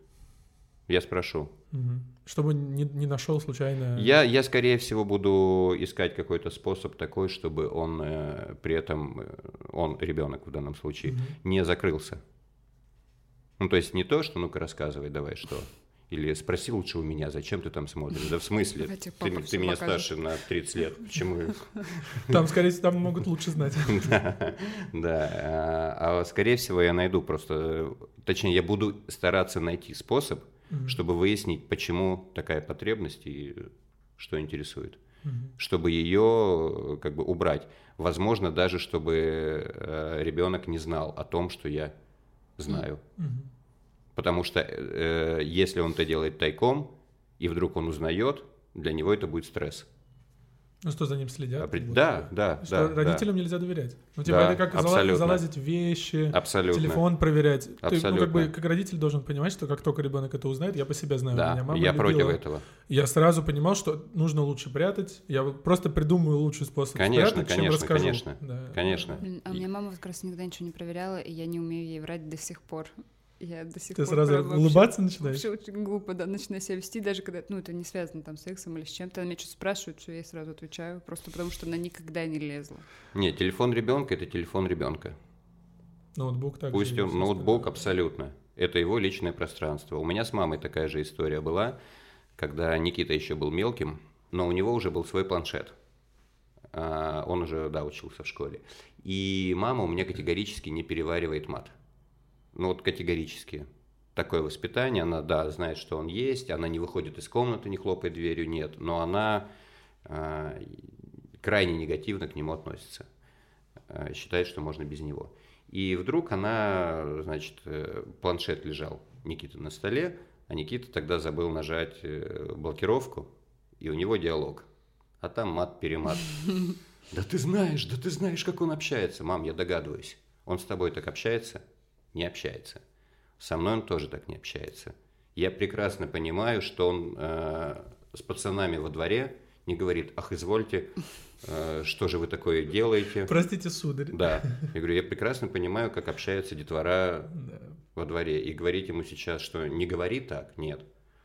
Я спрошу. Угу. Чтобы не, не нашел случайно... Я, я, скорее всего, буду искать какой-то способ такой, чтобы он э, при этом, э, он, ребенок в данном случае, угу. не закрылся. Ну, то есть не то, что ну-ка рассказывай, давай, что... Или спроси лучше у меня, зачем ты там смотришь? Да в смысле? Ты, ты меня старше на тридцать лет. Почему? Там, скорее всего, там могут лучше знать. Да, да. А скорее всего я найду просто... Точнее, я буду стараться найти способ, чтобы выяснить, почему такая потребность и что интересует. Чтобы ее как бы убрать. Возможно, даже чтобы ребенок не знал о том, что я знаю. Потому что э, если он это делает тайком, и вдруг он узнает, для него это будет стресс. Ну что, за ним следят? А, вот. Да, да, что да. Родителям да. нельзя доверять. Ну, типа, да, это как абсолютно. залазить в вещи, абсолютно. телефон проверять. Абсолютно. Ты, ну, как бы, как родитель должен понимать, что как только ребенок это узнает, я по себе знаю, да, меня мама я любила. против этого. Я сразу понимал, что нужно лучше прятать. Я просто придумаю лучший способ конечно, спрятать, конечно, чем расскажу. Конечно, да. конечно. Блин, а у меня мама вот как раз никогда ничего не проверяла, и я не умею ей врать до сих пор. Я до сих Ты пор сразу вообще, улыбаться начинаешь? Вообще очень глупо, да, начинаю себя вести, даже когда, ну, это не связано там с сексом или с чем-то. Она меня что-то спрашивает, что я ей сразу отвечаю, просто потому что она никогда не лезла. Нет, телефон ребенка — это телефон ребенка. Ноутбук также. Пусть он, ноутбук абсолютно. Это его личное пространство. У меня с мамой такая же история была, когда Никита еще был мелким, но у него уже был свой планшет. Он уже, да, учился в школе. И мама у меня категорически не переваривает мат. Ну вот категорически. Такое воспитание, она, да, знает, что он есть, она не выходит из комнаты, не хлопает дверью, нет, но она э, крайне негативно к нему относится, э, считает, что можно без него. И вдруг она, значит, э, планшет лежал Никиты на столе, а Никита тогда забыл нажать э, блокировку, и у него диалог, а там мат-перемат. Да ты знаешь, да ты знаешь, как он общается. Мам, я догадываюсь, он с тобой так общается? Не общается. Со мной он тоже так не общается. Я прекрасно понимаю, что он э, с пацанами во дворе не говорит: ах, извольте, э, что же вы такое делаете? Простите, сударь. Да. Я говорю, я прекрасно понимаю, как общается детвора да. во дворе. И говорить ему сейчас, что не говори так, нет.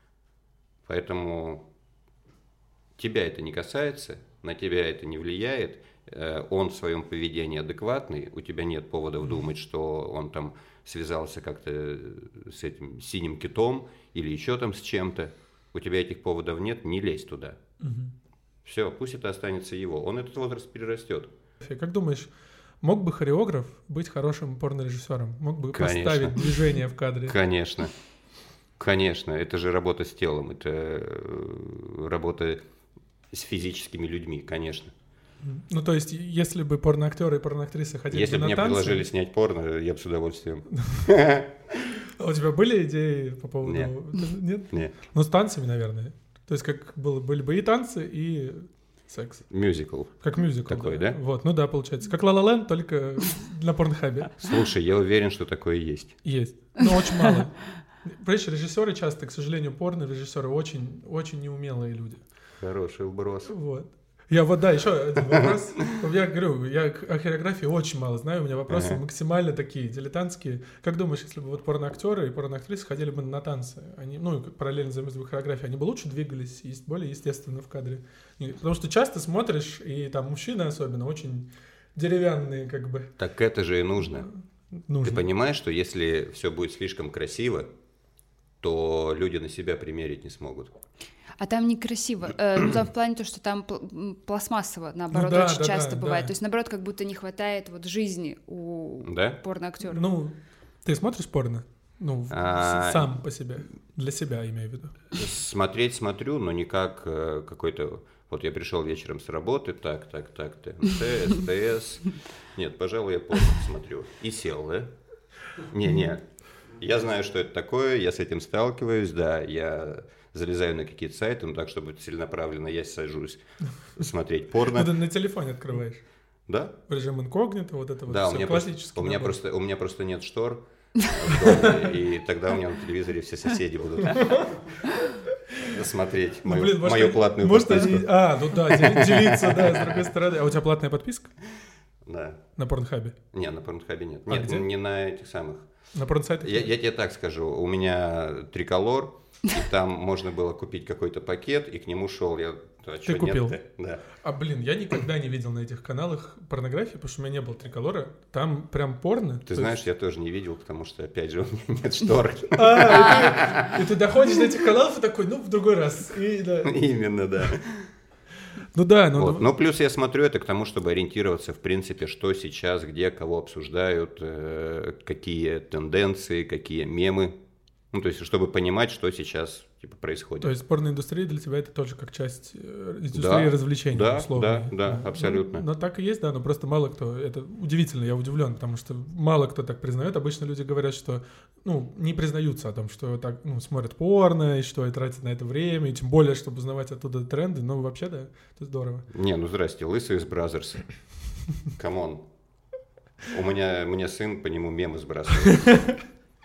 Поэтому тебя это не касается, на тебя это не влияет. Э, он в своем поведении адекватный, у тебя нет поводов mm-hmm. думать, что он там связался как-то с этим синим китом или еще там с чем-то, у тебя этих поводов нет, не лезь туда. Угу. Все, пусть это останется его, он этот возраст перерастет. Как думаешь, мог бы хореограф быть хорошим порнорежиссером? Мог бы Конечно. Поставить движение в кадре? Конечно, конечно, это же работа с телом, это работа с физическими людьми, конечно. Ну, то есть, если бы порноактеры и порноактрисы хотели Если бы бы мне танцы... предложили снять порно, я бы с удовольствием. А у тебя были идеи по поводу... Нет. Нет? Ну, с танцами, наверное. То есть, как было, были бы и танцы, и секс. Мюзикл. Как мюзикл, такой, да? да? Вот, ну да, получается. Как Ла Ла Ленд, только на порнхабе. Слушай, я уверен, что такое есть. Есть, но очень мало. Понимаешь, режиссеры часто, к сожалению, порно-режиссеры очень, очень неумелые люди. Хороший вброс. Вот. Я вот, да, еще один вопрос. Я говорю, я о хореографии очень мало знаю, у меня вопросы ага. максимально такие дилетантские. Как думаешь, если бы вот порноактеры и порноактрисы ходили бы на танцы, они, ну, параллельно занимались бы хореографией, они бы лучше двигались, есть более естественно в кадре? Потому что часто смотришь, и там мужчины особенно очень деревянные, как бы. Так это же и нужно. нужно. Ты понимаешь, что если все будет слишком красиво, то люди на себя примерить не смогут. А там некрасиво. Э, ну, там в плане то, что там пл- пластмассово, наоборот, ну, да, очень да, часто да, бывает. да. То есть, наоборот, как будто не хватает вот жизни у да? порноактеров. Ну, ты смотришь порно? Ну, а... сам по себе. Для себя, имею в виду. Смотреть смотрю, но не как э, какой-то... Вот я пришел вечером с работы, так, так, так, ТНТ, СТС. Нет, пожалуй, я порно смотрю. И сел, да? Не-не. Я знаю, что это такое, я с этим сталкиваюсь, да, я... залезаю на какие-то сайты, ну так, чтобы целенаправленно я сажусь смотреть порно. Ну, ты на телефоне открываешь. Да? В режим инкогнито, вот это вот да, все у меня классически. Просто, у, меня просто, у меня просто нет штор в доме, и тогда у меня на телевизоре все соседи будут смотреть мою, ну, блин, может, мою платную может, подписку. Они... А, ну да, делиться, да, с другой стороны. А у тебя платная подписка? Да. На Порнхабе? Не, на Порнхабе нет. А нет, где? не на этих самых. На порнсайтах? Я, я тебе так скажу, у меня триколор, и там можно было купить какой-то пакет, и к нему шел я... А Ты купил? Нет, да. А, блин, я никогда не видел на этих каналах порнографии, потому что у меня не было триколора. Там прям порно. Ты знаешь, есть... я тоже не видел, потому что, опять же, у меня нет штор. А, и ты доходишь до этих каналов и такой, ну, в другой раз. Именно, да. Ну да, ну... Вот. Ну, плюс я смотрю это к тому, чтобы ориентироваться, в принципе, что сейчас, где, кого обсуждают, э, какие тенденции, какие мемы. Ну, то есть, чтобы понимать, что сейчас типа происходит. То есть, порноиндустрия для тебя это тоже как часть индустрии да, развлечений, да, условно. Да, да, абсолютно. Ну, но так и есть, да, но просто мало кто... Это удивительно, я удивлен, потому что мало кто так признает. Обычно люди говорят, что, ну, не признаются о том, что так, ну, смотрят порно, и что и тратят на это время, и тем более, чтобы узнавать оттуда тренды. Но вообще, да, это здорово. Не, ну, здрасте, лысый из Бразерс. Камон. У меня, мне сын по нему мемы сбрасывает.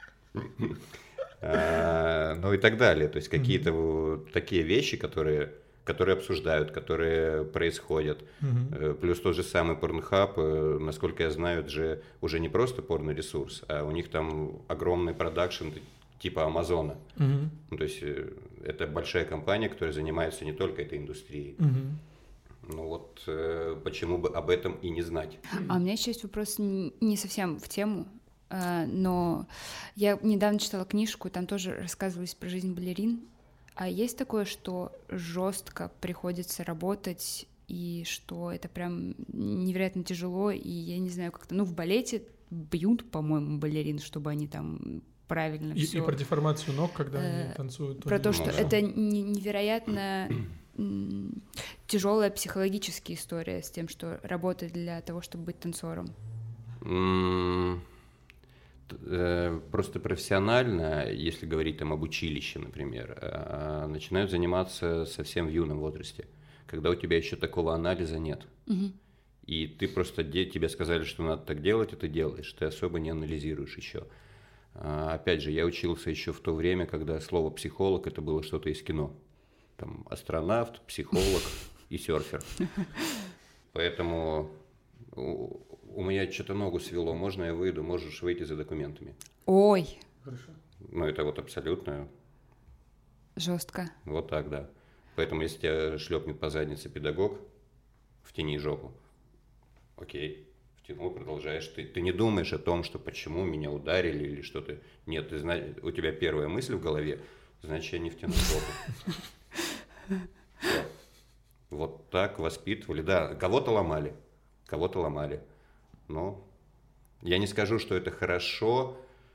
А, ну и так далее. То есть какие-то mm-hmm. такие вещи, которые, которые обсуждают, которые происходят. Mm-hmm. Плюс тот же самый Pornhub, насколько я знаю, это же уже не просто порно-ресурс, а у них там огромный продакшн типа Амазона. Mm-hmm. Ну, то есть это большая компания, которая занимается не только этой индустрией. Mm-hmm. Ну вот почему бы об этом и не знать. А у меня еще есть вопрос не совсем в тему. Uh, но я недавно читала книжку, там тоже рассказывалось про жизнь балерин. А есть такое, что жестко приходится работать, и что это прям невероятно тяжело, и я не знаю, как-то... Ну, в балете бьют, по-моему, балерин, чтобы они там правильно и, все... И про деформацию ног, когда uh, они танцуют. Про то, что можно. Это невероятно тяжелая психологическая история с тем, что работать для того, чтобы быть танцором. Mm. Просто профессионально, если говорить там об училище, например, начинают заниматься совсем в юном возрасте, когда у тебя еще такого анализа нет. Угу. И ты просто, тебе сказали, что надо так делать, и ты делаешь, ты особо не анализируешь еще. Опять же, я учился еще в то время, когда слово «психолог» это было что-то из кино. Там астронавт, психолог и серфер. Поэтому... У меня что-то ногу свело, можно я выйду, можешь выйти за документами. Ой. Хорошо. Ну, это вот абсолютно... Жестко. Вот так, да. Поэтому, если тебя шлепнет по заднице педагог, втяни жопу. Окей, втянул, продолжаешь. Ты, ты не думаешь о том, что почему меня ударили или что-то. Нет, ты знаешь, у тебя первая мысль в голове, значит, я не втяну жопу. Все. Вот так воспитывали. Да, кого-то ломали, кого-то ломали. Но я не скажу, что это хорошо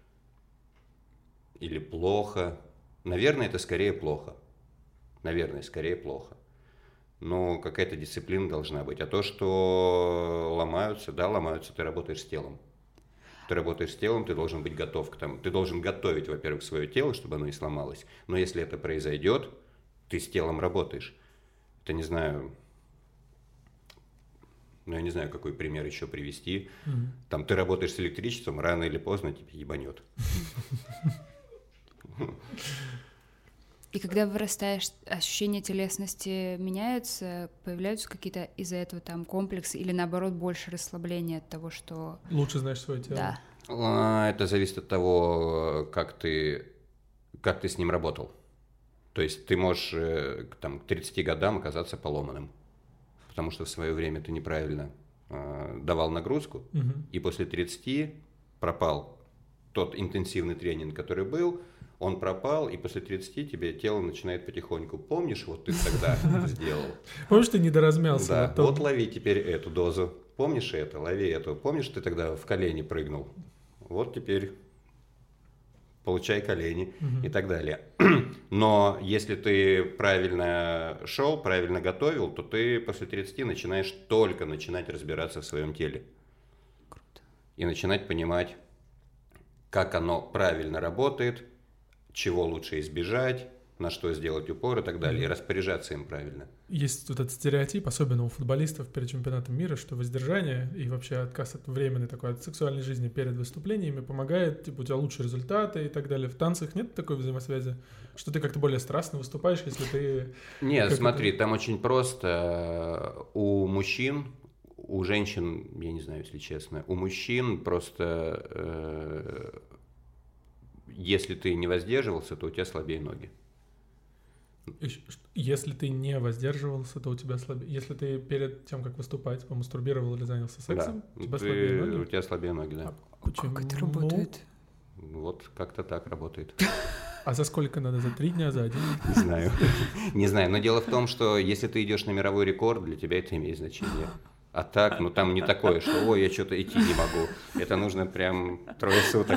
или плохо. Наверное, это скорее плохо. Наверное, скорее плохо. Но какая-то дисциплина должна быть. А то, что ломаются, да, ломаются, ты работаешь с телом. Ты работаешь с телом, ты должен быть готов к тому. Ты должен готовить, во-первых, свое тело, чтобы оно не сломалось. Но если это произойдет, ты с телом работаешь. Это, не знаю... Ну, я не знаю, какой пример еще привести. Mm-hmm. Там ты работаешь с электричеством, рано или поздно тебе ебанет. И когда вырастаешь, ощущения телесности меняются, появляются какие-то из-за этого там комплексы или наоборот больше расслабления от того, что... Лучше знаешь свое тело. Да. Это зависит от того, как ты, как ты с ним работал. То есть ты можешь там, к тридцати годам оказаться поломанным, потому что в свое время ты неправильно э, давал нагрузку, угу. и после тридцати пропал тот интенсивный тренинг, который был, он пропал, и после тридцати тебе тело начинает потихоньку. Помнишь, вот ты тогда сделал? Помнишь, ты недоразмялся? Да, вот лови теперь эту дозу. Помнишь это? Лови эту. Помнишь, ты тогда в колени прыгнул? Вот теперь получай колени и так далее. Но если ты правильно шел, правильно готовил, то ты после тридцати начинаешь только начинать разбираться в своем теле. Круто. И начинать понимать, как оно правильно работает, чего лучше избежать, на что сделать упор и так далее, и распоряжаться им правильно. Есть вот этот стереотип, особенно у футболистов перед чемпионатом мира, что воздержание и вообще отказ от временной такой от сексуальной жизни перед выступлениями помогает, типа, у тебя лучшие результаты и так далее. В танцах нет такой взаимосвязи, что ты как-то более страстно выступаешь, если ты... Нет, смотри, это... там очень просто. У мужчин, у женщин, я не знаю, если честно, у мужчин просто... Э, если ты не воздерживался, то у тебя слабее ноги. Если ты не воздерживался, то у тебя слабее. Если ты перед тем, как выступать, помастурбировал или занялся сексом, да. у тебя ты... слабее ноги? У тебя слабее ноги, да. А почему? Как это работает? Вот как-то так работает. А за сколько надо? За три дня, за один? Не знаю. Не знаю. Но дело в том, что если ты идешь на мировой рекорд, для тебя это имеет значение. А так, ну там не такое, что ой, я что-то идти не могу. Это нужно прям трое суток.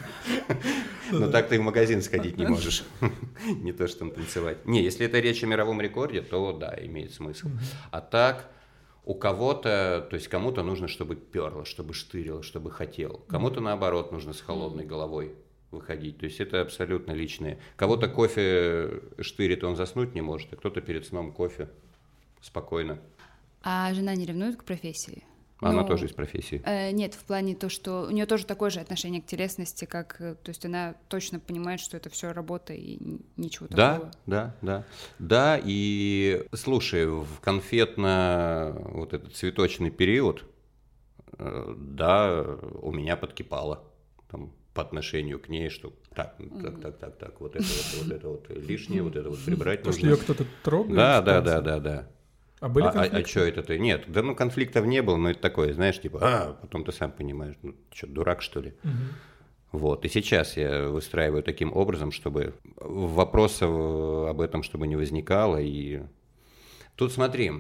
Но так ты в магазин сходить не можешь. Не то, что там танцевать. Не, если это речь о мировом рекорде, то да, имеет смысл. А так, у кого-то, то есть кому-то нужно, чтобы перло, чтобы штырило, чтобы хотел. Кому-то наоборот нужно с холодной головой выходить. То есть это абсолютно личное. Кого-то кофе штырит, он заснуть не может, а кто-то перед сном кофе спокойно. А жена не ревнует к профессии? Она ну, тоже из профессии. Э, нет, в плане то, что у нее тоже такое же отношение к телесности, как, то есть она точно понимает, что это все работа и ничего да, такого. Да, да, да. Да, и слушай, в конфетно вот этот цветочный период, э, да, у меня подкипало там, по отношению к ней, что так, так, так, так, так, вот это вот, вот это вот лишнее, вот это вот прибрать нужно. Потому что ее кто-то трогает? Да, да, да, да, да. А были а, конфликты? А, а что это ты? Нет, да ну конфликтов не было, но это такое, знаешь, типа, а, потом ты сам понимаешь, ну что, дурак что ли? Угу. Вот, и сейчас я выстраиваю таким образом, чтобы вопросов об этом, чтобы не возникало, и тут смотри,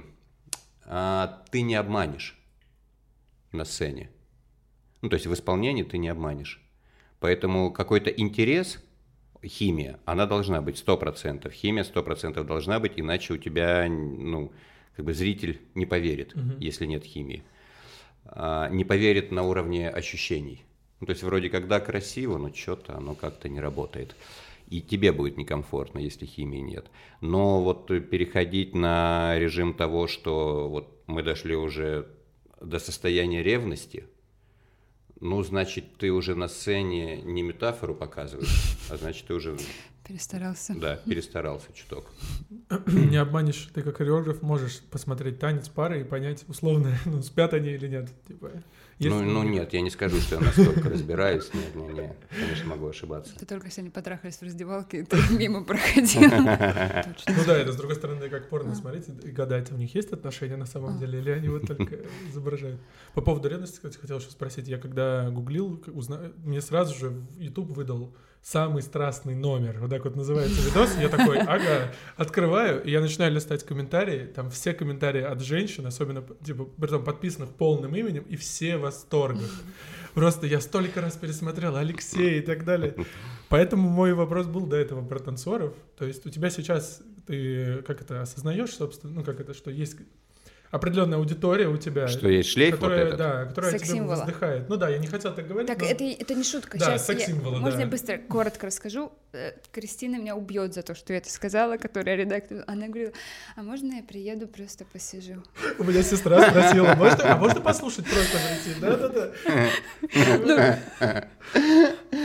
а, ты не обманешь на сцене, ну то есть в исполнении ты не обманешь, поэтому какой-то интерес, химия, она должна быть сто процентов, химия сто процентов должна быть, иначе у тебя, ну, как бы зритель не поверит, uh-huh. если нет химии. А, не поверит на уровне ощущений. Ну, то есть вроде когда красиво, но что-то оно как-то не работает. И тебе будет некомфортно, если химии нет. Но вот переходить на режим того, что вот мы дошли уже до состояния ревности, ну, значит, ты уже на сцене не метафору показываешь, а значит, ты уже... Перестарался. Да, перестарался чуток. Не обманешь, ты как хореограф можешь посмотреть танец пары и понять, условно, ну, спят они или нет. Типа, ну, ну нет, я не скажу, что я настолько разбираюсь. Нет, нет, нет, конечно, могу ошибаться. Ты только сегодня потрахались в раздевалке, и ты мимо проходил. Ну да, это с другой стороны, как порно смотреть и гадать, у них есть отношения на самом деле, или они вот только изображают. По поводу ревности, кстати, хотел еще спросить. Я когда гуглил, мне сразу же YouTube выдал «Самый страстный номер». Вот так вот называется видос. Я такой, ага, открываю, и я начинаю листать комментарии. Там все комментарии от женщин, особенно, типа, притом подписанных полным именем, и все в восторгах. Просто я столько раз пересмотрел Алексей и так далее. Поэтому мой вопрос был до этого про танцоров. То есть у тебя сейчас, ты как это осознаешь, собственно, ну как это, что есть... определенная аудитория у тебя. Что есть шлейф которая, вот этот? Да, которая тебя воздыхает. Ну да, я не хотел так говорить. Так, но... это, это не шутка. Да, Сейчас секс-символы, я, да. можно я быстро, коротко расскажу? Кристина меня убьет за то, что я это сказала, которая редактор. Она говорила, а можно я приеду, просто посижу? У меня сестра спросила, а можно послушать просто прийти? Да-да-да.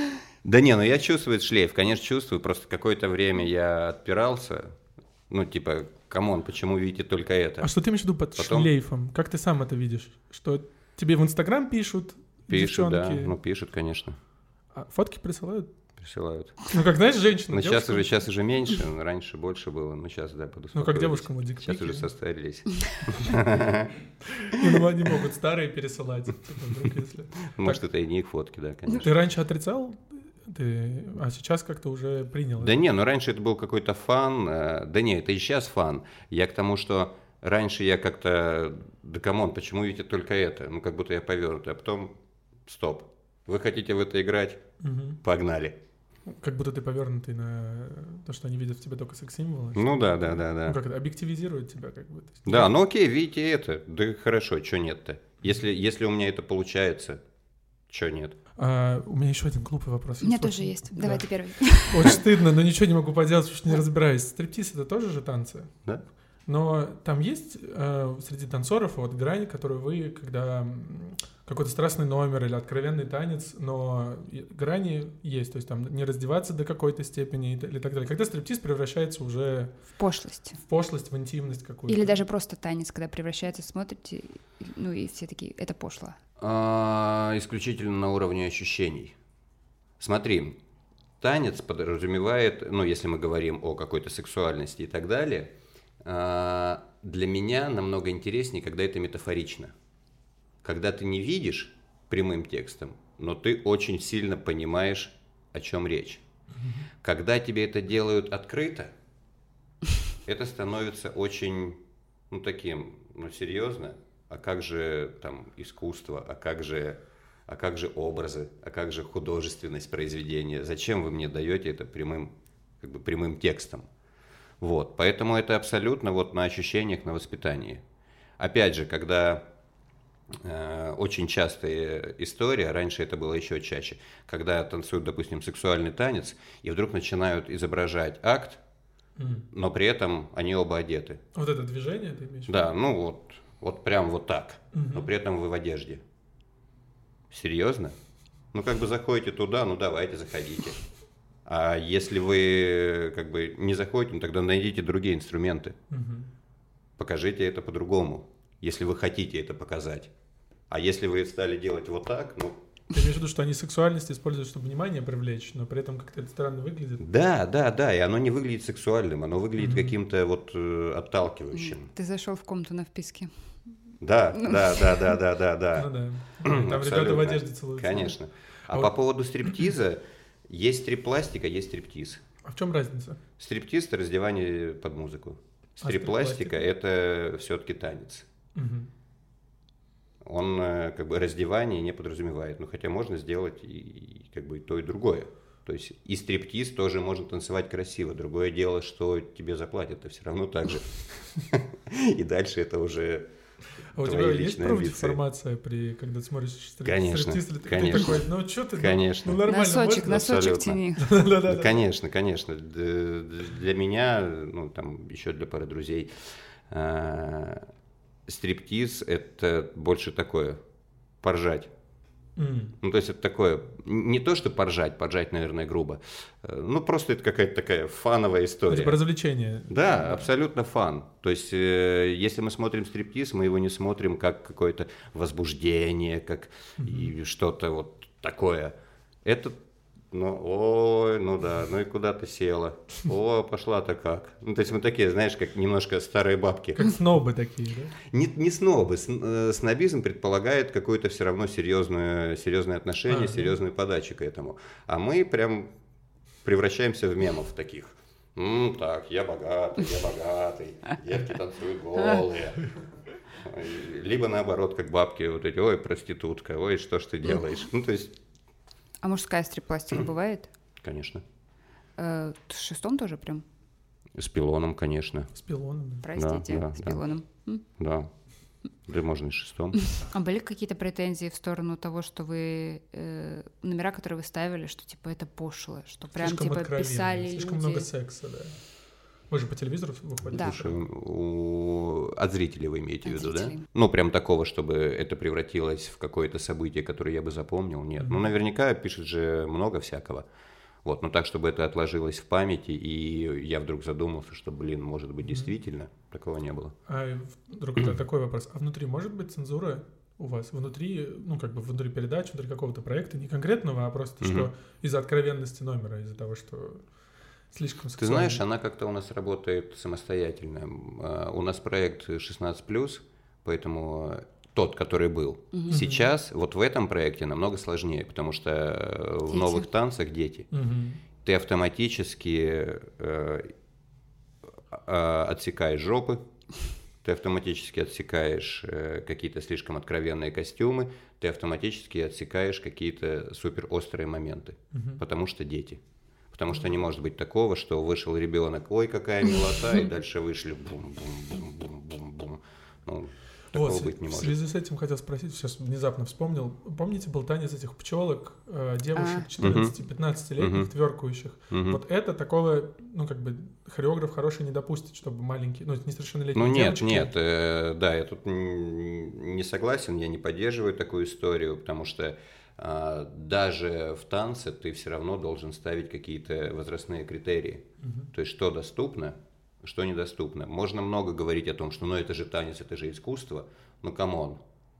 Да не, ну я чувствую шлейф, конечно, чувствую, просто какое-то время я отпирался, ну, типа, камон, почему видите только это? А что ты имеешь в виду под Потом... шлейфом? Как ты сам это видишь? Что тебе в Инстаграм пишут, Пишут, девчонки? да, ну, пишут, конечно. А фотки присылают? Присылают. Ну, как, знаешь, женщина. Ну, сейчас уже, сейчас уже меньше, раньше больше было, но сейчас, да, буду Ну, как девушкам дикпики. Сейчас уже состарились. Ну, они могут старые пересылать. Может, это и не их фотки, да, конечно. Ты раньше отрицал? Ты... А сейчас как-то уже принял? Да не, ну раньше это был какой-то фан. Да не, это и сейчас фан. Я к тому, что раньше я как-то... Да камон, почему видите только это? Ну, как будто я повернутый. А потом, стоп. Вы хотите в это играть? Угу. Погнали. Как будто ты повернутый на то, что они видят в тебе только секс-символы. Ну да, да, да, да. Ну как это, объективизирует тебя как бы. Да, ну окей, видите это. Да хорошо, что нет-то? Если, если у меня это получается, что нет? А, у меня еще один глупый вопрос. У меня тоже есть. Да. Давай ты первый. Очень стыдно, но ничего не могу поделать, потому что не разбираюсь. Стриптиз — это тоже же танцы? Да. Но там есть э, среди танцоров вот грань, которую вы, когда какой-то страстный номер или откровенный танец, но грани есть, то есть там не раздеваться до какой-то степени или так далее. Когда стриптиз превращается уже... В пошлость. В пошлость, в интимность какую-то. Или даже просто танец, когда превращается, смотрите, ну и все такие, это пошло. А, исключительно на уровне ощущений. Смотри, танец подразумевает, ну если мы говорим о какой-то сексуальности и так далее... Для меня намного интереснее, когда это метафорично. Когда ты не видишь прямым текстом, но ты очень сильно понимаешь, о чем речь. Mm-hmm. Когда тебе это делают открыто, это становится очень, ну, таким, ну, серьезно. А как же там искусство, а как же, а как же образы, а как же художественность произведения? Зачем вы мне даете это прямым, как бы прямым текстом? Вот, поэтому это абсолютно вот на ощущениях, на воспитании. Опять же, когда э, очень частая история, раньше это было еще чаще, когда танцуют, допустим, сексуальный танец, и вдруг начинают изображать акт, mm. но при этом они оба одеты. Вот это движение ты имеешь в виду? Да, ну вот, вот прям вот так, mm-hmm. но при этом вы в одежде. Серьезно? Ну как бы заходите туда, ну давайте, заходите. А если вы как бы не заходите, ну, тогда найдите другие инструменты. Угу. Покажите это по-другому, если вы хотите это показать. А если вы стали делать вот так, ну... Ты имеешь в виду, что они сексуальность используют, чтобы внимание привлечь, но при этом как-то это странно выглядит? Да, да, да, и оно не выглядит сексуальным, оно выглядит угу. каким-то вот э, отталкивающим. Ты зашел в комнату на вписке. Да, да, да, да, да, да, да. Ну да. Там ребята в одежде целуются. Конечно. А по поводу стриптиза... Есть стрип-пластика, есть стриптиз. А в чем разница? Стриптиз – это раздевание под музыку. Стрип-пластика – это все-таки танец. Угу. Он как бы раздевание не подразумевает. Ну, хотя можно сделать и, и как бы и то, и другое. То есть и стриптиз тоже можно танцевать красиво. Другое дело, что тебе заплатят, а все равно так же. И дальше это уже... А у тебя есть профдеформация, при, когда ты смотришь стриптиз? Конечно, ты конечно. Такой, ну что ты, конечно. ну нормально. Носочек, можно? носочек тяни. Да, конечно, конечно. Для меня, ну там еще для пары друзей, стриптиз это больше такое, поржать. Mm. Ну, то есть это такое, не то, что поржать, поржать, наверное, грубо, ну, просто это какая-то такая фановая история. Это развлечение. Да, да, абсолютно фан. То есть, э, если мы смотрим стриптиз, мы его не смотрим как какое-то возбуждение, как mm-hmm. и что-то вот такое. Это, ну, ой, ну да, ну и куда ты села? О, пошла-то как? Ну, то есть мы такие, знаешь, как немножко старые бабки. Как снобы такие, да? Не, не снобы. Снобизм предполагает какое-то все равно серьезное, серьезное отношение, а, серьезную да. подачу к этому. А мы прям превращаемся в мемов таких. Ну так, я богатый, я богатый, девки танцуют голые. Либо наоборот, как бабки, вот эти, ой, проститутка, ой, что ж ты делаешь? Ну, то есть... А мужская стрип-пластика бывает? Конечно. Э, с шестом тоже прям? С пилоном, конечно. С пилоном. Простите, да, да, с да. пилоном. Да. Да, можно и с шестом. А были какие-то претензии в сторону того, что вы э, номера, которые вы ставили, что типа это пошло, что прям слишком типа откровенно, писали слишком люди... много секса, да. Вы же по телевизору выходите? Да. Слушай, у... от зрителей вы имеете От в виду, зрителей. да? Ну, прям такого, чтобы это превратилось в какое-то событие, которое я бы запомнил, нет. Mm-hmm. Ну, наверняка пишет же много всякого. Вот, но так, чтобы это отложилось в памяти, и я вдруг задумался, что, блин, может быть, действительно, mm-hmm. такого не было. А вдруг такой вопрос. А внутри может быть цензура у вас? Внутри, ну, как бы внутри передач, внутри какого-то проекта, не конкретного, а просто mm-hmm. что из-за откровенности номера, из-за того, что слишком сексуально. Ты знаешь, она как-то у нас работает самостоятельно. У нас проект шестнадцать плюс, поэтому тот, который был. Mm-hmm. Сейчас вот в этом проекте намного сложнее, потому что дети. В новых танцах дети. Mm-hmm. Ты автоматически э, э, отсекаешь жопы, ты автоматически отсекаешь э, какие-то слишком откровенные костюмы, ты автоматически отсекаешь какие-то супер острые моменты, mm-hmm. потому что дети. Потому что не может быть такого, что вышел ребенок, ой, какая милота, и дальше вышли бум-бум-бум-бум-бум-бум. Ну, такого вот, быть не может. В связи с этим хотел спросить, сейчас внезапно вспомнил. Помните, был танец этих пчелок, э, девушек четырнадцати-пятнадцатилетних, тверкающих? Вот это такого, ну, как бы, хореограф хороший не допустит, чтобы маленькие, ну, несовершеннолетние ну, нет, девочки... нет, э, да, я тут не согласен, я не поддерживаю такую историю, потому что а, даже в танце ты все равно должен ставить какие-то возрастные критерии. Uh-huh. То есть, что доступно, что недоступно. Можно много говорить о том, что ну это же танец, это же искусство, но камон.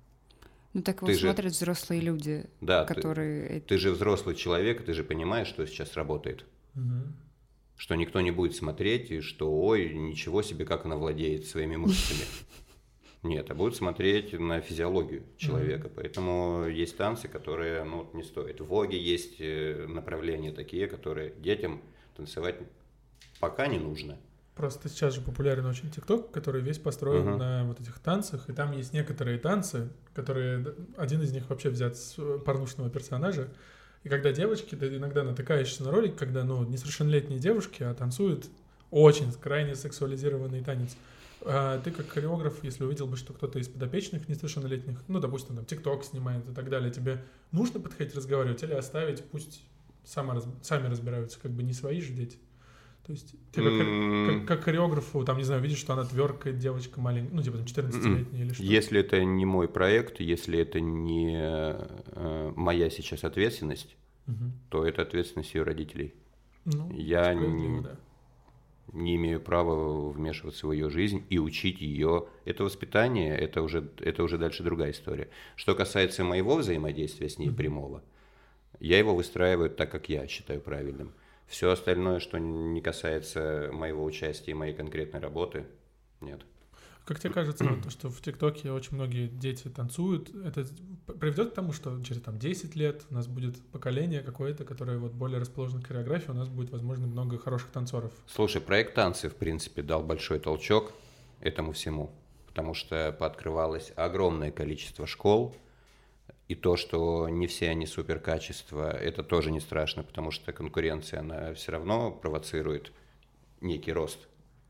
Ну так его смотрят же... взрослые люди, да, которые... Ты, ты же взрослый человек, ты же понимаешь, что сейчас работает. Uh-huh. Что никто не будет смотреть, и что ой, ничего себе, как она владеет своими мышцами. Нет, а будут смотреть на физиологию человека. Mm-hmm. Поэтому есть танцы, которые ну, не стоят. В воге есть направления такие, которые детям танцевать пока не нужно. Просто сейчас же популярен очень ТикТок, который весь построен uh-huh. на вот этих танцах. И там есть некоторые танцы, которые... Один из них вообще взят с порнушного персонажа. И когда девочки, ты иногда натыкаешься на ролик, когда ну, несовершеннолетние девушки а танцуют очень крайне сексуализированный танец. А ты как хореограф, если увидел бы, что кто-то из подопечных несовершеннолетних, ну, допустим, там, ТикТок снимает и так далее, тебе нужно подходить разговаривать или оставить, пусть сами, сами разбираются, как бы не свои же дети. То есть ты как, mm. как, как хореографу, там, не знаю, видишь, что она тверкает, девочка маленькая, ну, типа там четырнадцатилетняя mm. или что-то. Если это не мой проект, если это не э, моя сейчас ответственность, mm-hmm. то это ответственность ее родителей. Ну, я не... да. не имею права вмешиваться в ее жизнь и учить ее. Это воспитание, это уже, это уже дальше другая история. Что касается моего взаимодействия с ней mm-hmm. прямого, я его выстраиваю так, как я считаю правильным. Все остальное, что не касается моего участия и моей конкретной работы, нет. Как тебе кажется, вот, то, что в ТикТоке очень многие дети танцуют, это приведет к тому, что через там, десять лет у нас будет поколение какое-то, которое вот, более расположено к хореографии, у нас будет, возможно, много хороших танцоров? Слушай, проект «Танцы», в принципе, дал большой толчок этому всему, потому что пооткрывалось огромное количество школ, и то, что не все они суперкачества, это тоже не страшно, потому что конкуренция, она все равно провоцирует некий рост.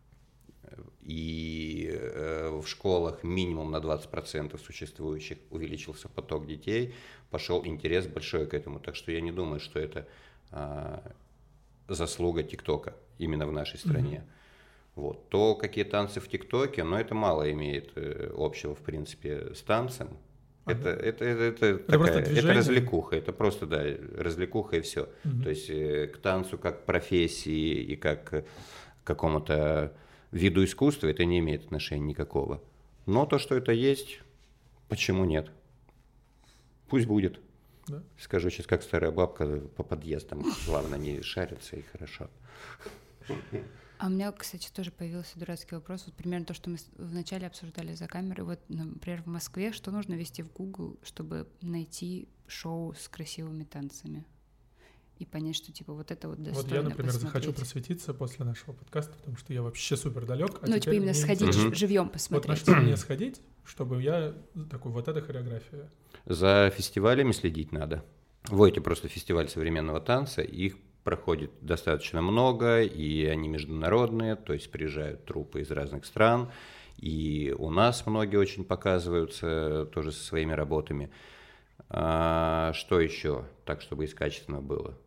И э, в школах минимум на двадцать процентов существующих увеличился поток детей, пошел интерес большой к этому. Так что я не думаю, что это э, заслуга ТикТока именно в нашей стране. Mm-hmm. Вот. То, какие танцы в ТикТоке, но это мало имеет э, общего, в принципе, с танцем. А, это, да. это, это, это, это, такая, это развлекуха, это просто, да, развлекуха и все. Mm-hmm. То есть э, к танцу как профессии и как к какому-то виду искусства это не имеет отношения никакого. Но то, что это есть, почему нет? Пусть будет. Да. Скажу сейчас, как старая бабка по подъездам. Главное, не шарится и хорошо. А у меня, кстати, тоже появился дурацкий вопрос. Вот примерно то, что мы вначале обсуждали за камерой. Вот, например, в Москве что нужно ввести в Google, чтобы найти шоу с красивыми танцами? И понять, что типа вот это вот достойно Вот я, например, посмотреть. захочу просветиться после нашего подкаста, потому что я вообще супер далек. А ну, типа именно сходить угу. живьем посмотреть. Вот на что мне сходить, чтобы я такой, вот эта хореография. За фестивалями следить надо. Войте просто фестиваль современного танца, их проходит достаточно много, и они международные, то есть приезжают труппы из разных стран, и у нас многие очень показываются тоже со своими работами. А, что еще, так, чтобы из качественного было?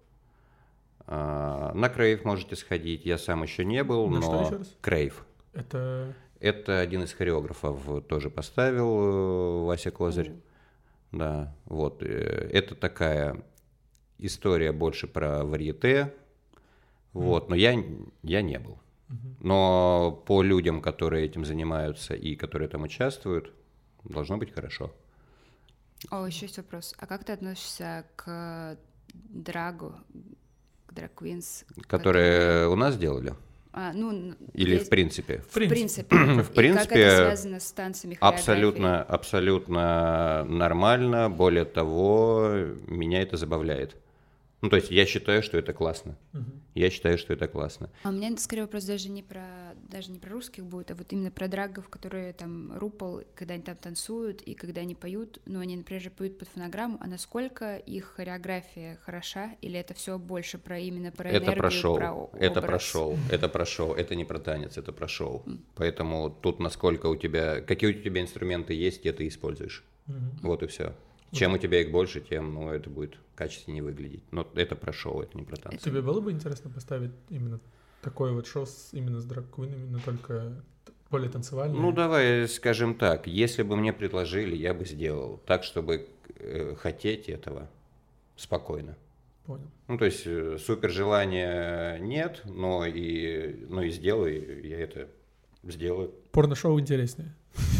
А, на Крейв можете сходить, я сам еще не был, на но... что еще раз? Крейв. Это... Это один из хореографов тоже поставил, Вася Козырь. Mm. Да, вот. Это такая история больше про варьете, вот, mm. но я, я не был. Mm-hmm. Но по людям, которые этим занимаются и которые там участвуют, должно быть хорошо. О, еще есть вопрос. А как ты относишься к драгу, к драг-квинс? Которые, которые у нас делали? А, ну, Или есть... в принципе? В принципе. В принципе, и как это связано с танцами, хореографией? Абсолютно, абсолютно нормально. Более того, меня это забавляет. Ну, то есть я считаю, что это классно. Uh-huh. Я считаю, что это классно. А у меня, скорее, вопрос даже не про, даже не про русских будет, а вот именно про драгов, которые там рупол, когда они там танцуют и когда они поют, ну, они, например, же поют под фонограмму, а насколько их хореография хороша, или это все больше про именно про энергию, это про шоу, про образ? Это про шоу, это про шоу, это не про танец, это про шоу. Mm. Поэтому тут насколько у тебя, какие у тебя инструменты есть, те ты используешь. Mm-hmm. Вот и все. Чем у тебя их больше, тем, ну, это будет качественнее выглядеть. Но это про шоу, это не про танцы. Тебе было бы интересно поставить именно такое вот шоу с, именно с драг-квинами, но только более танцевальное? Ну, давай скажем так. Если бы мне предложили, я бы сделал так, чтобы э, хотеть этого спокойно. Понял. Ну, то есть э, супер желания нет, но и, но и сделаю, я это сделаю. Порно-шоу интереснее.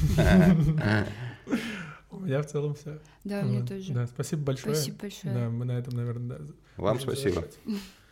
У меня в целом все. Да, у меня тоже. Да, спасибо большое. Спасибо большое. Да, мы на этом, наверное, да. Вам спасибо. Завершать.